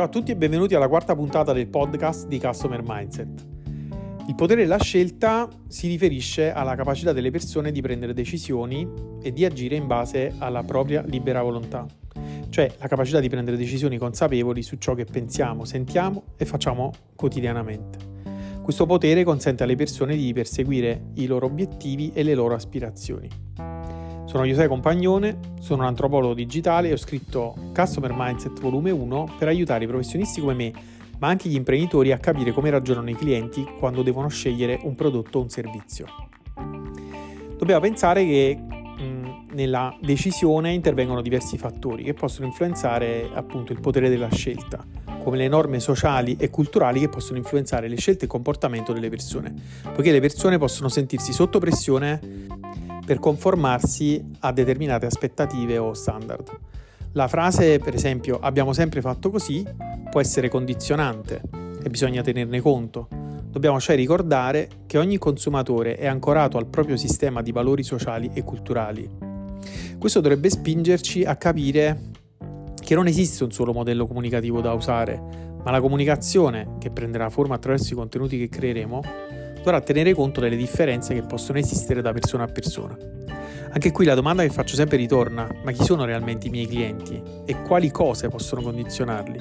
Ciao a tutti e benvenuti alla quarta puntata del podcast di Customer Mindset. Il potere della scelta si riferisce alla capacità delle persone di prendere decisioni e di agire in base alla propria libera volontà, cioè la capacità di prendere decisioni consapevoli su ciò che pensiamo, sentiamo e facciamo quotidianamente. Questo potere consente alle persone di perseguire i loro obiettivi e le loro aspirazioni. Sono José Compagnone, sono un antropologo digitale e ho scritto Customer Mindset volume 1 per aiutare i professionisti come me, ma anche gli imprenditori a capire come ragionano i clienti quando devono scegliere un prodotto o un servizio. Dobbiamo pensare che nella decisione intervengono diversi fattori che possono influenzare appunto il potere della scelta, come le norme sociali e culturali che possono influenzare le scelte e il comportamento delle persone, poiché le persone possono sentirsi sotto pressione per conformarsi a determinate aspettative o standard. La frase, per esempio, abbiamo sempre fatto così, può essere condizionante e bisogna tenerne conto. Dobbiamo cioè ricordare che ogni consumatore è ancorato al proprio sistema di valori sociali e culturali. Questo dovrebbe spingerci a capire che non esiste un solo modello comunicativo da usare, ma la comunicazione, che prenderà forma attraverso i contenuti che creeremo, dovrà tenere conto delle differenze che possono esistere da persona a persona. Anche qui la domanda che faccio sempre ritorna: ma chi sono realmente i miei clienti e quali cose possono condizionarli?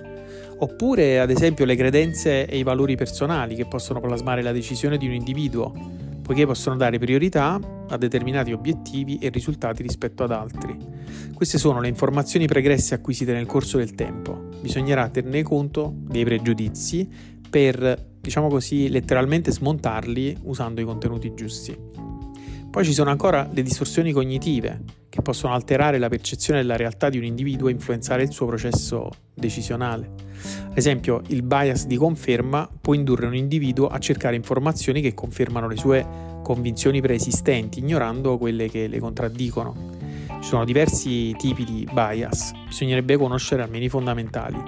Oppure, ad esempio, le credenze e i valori personali che possono plasmare la decisione di un individuo, poiché possono dare priorità a determinati obiettivi e risultati rispetto ad altri. Queste sono le informazioni pregresse acquisite nel corso del tempo. Bisognerà tenere conto dei pregiudizi per, diciamo così, letteralmente smontarli usando i contenuti giusti. Poi ci sono ancora le distorsioni cognitive che possono alterare la percezione della realtà di un individuo e influenzare il suo processo decisionale. Ad esempio, il bias di conferma può indurre un individuo a cercare informazioni che confermano le sue convinzioni preesistenti, ignorando quelle che le contraddicono. Ci sono diversi tipi di bias, bisognerebbe conoscere almeno i fondamentali.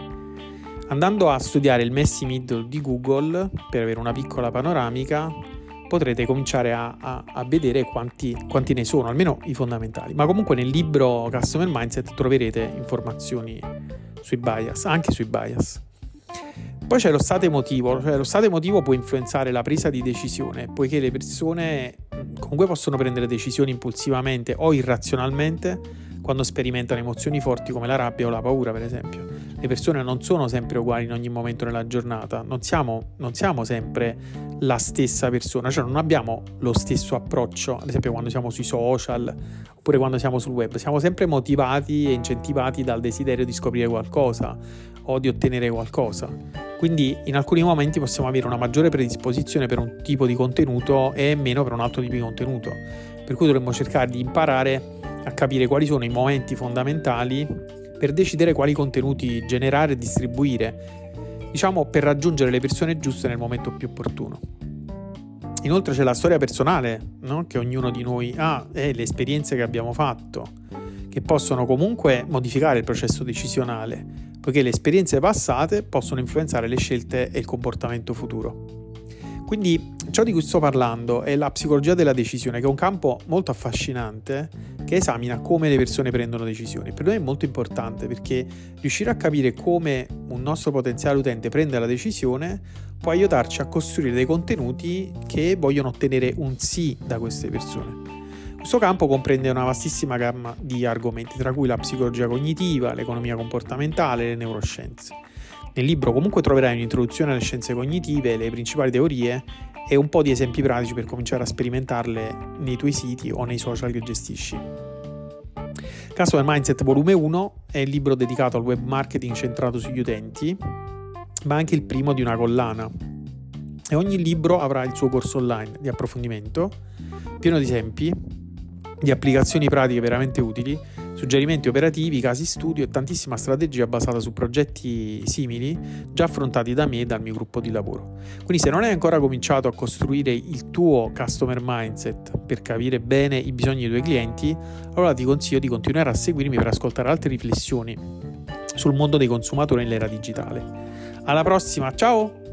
Andando a studiare il Messy Middle di Google per avere una piccola panoramica, potrete cominciare a vedere quanti ne sono, almeno i fondamentali. Ma comunque nel libro Customer Mindset troverete informazioni sui bias, anche sui bias. Poi c'è lo stato emotivo, cioè lo stato emotivo può influenzare la presa di decisione, poiché le persone comunque possono prendere decisioni impulsivamente o irrazionalmente quando sperimentano emozioni forti come la rabbia o la paura, per esempio. Le persone non sono sempre uguali in ogni momento della giornata, non siamo sempre la stessa persona, cioè non abbiamo lo stesso approccio, ad esempio quando siamo sui social oppure quando siamo sul web. Siamo sempre motivati e incentivati dal desiderio di scoprire qualcosa o di ottenere qualcosa. Quindi in alcuni momenti possiamo avere una maggiore predisposizione per un tipo di contenuto e meno per un altro tipo di contenuto, per cui dovremmo cercare di imparare a capire quali sono i momenti fondamentali per decidere quali contenuti generare e distribuire, diciamo per raggiungere le persone giuste nel momento più opportuno. Inoltre c'è la storia personale, no? Che ognuno di noi ha, e le esperienze che abbiamo fatto, che possono comunque modificare il processo decisionale, poiché le esperienze passate possono influenzare le scelte e il comportamento futuro. Quindi ciò di cui sto parlando è la psicologia della decisione, che è un campo molto affascinante che esamina come le persone prendono decisioni. Per noi è molto importante perché riuscire a capire come un nostro potenziale utente prende la decisione può aiutarci a costruire dei contenuti che vogliono ottenere un sì da queste persone. Questo campo comprende una vastissima gamma di argomenti, tra cui la psicologia cognitiva, l'economia comportamentale e le neuroscienze. Nel libro comunque troverai un'introduzione alle scienze cognitive, le principali teorie e un po' di esempi pratici per cominciare a sperimentarle nei tuoi siti o nei social che gestisci. Customer Mindset volume 1 è il libro dedicato al web marketing centrato sugli utenti, ma anche il primo di una collana. E ogni libro avrà il suo corso online di approfondimento, pieno di esempi, di applicazioni pratiche veramente utili, suggerimenti operativi, casi studio e tantissima strategia basata su progetti simili già affrontati da me e dal mio gruppo di lavoro. Quindi se non hai ancora cominciato a costruire il tuo customer mindset per capire bene i bisogni dei tuoi clienti, allora ti consiglio di continuare a seguirmi per ascoltare altre riflessioni sul mondo dei consumatori nell'era digitale. Alla prossima, ciao!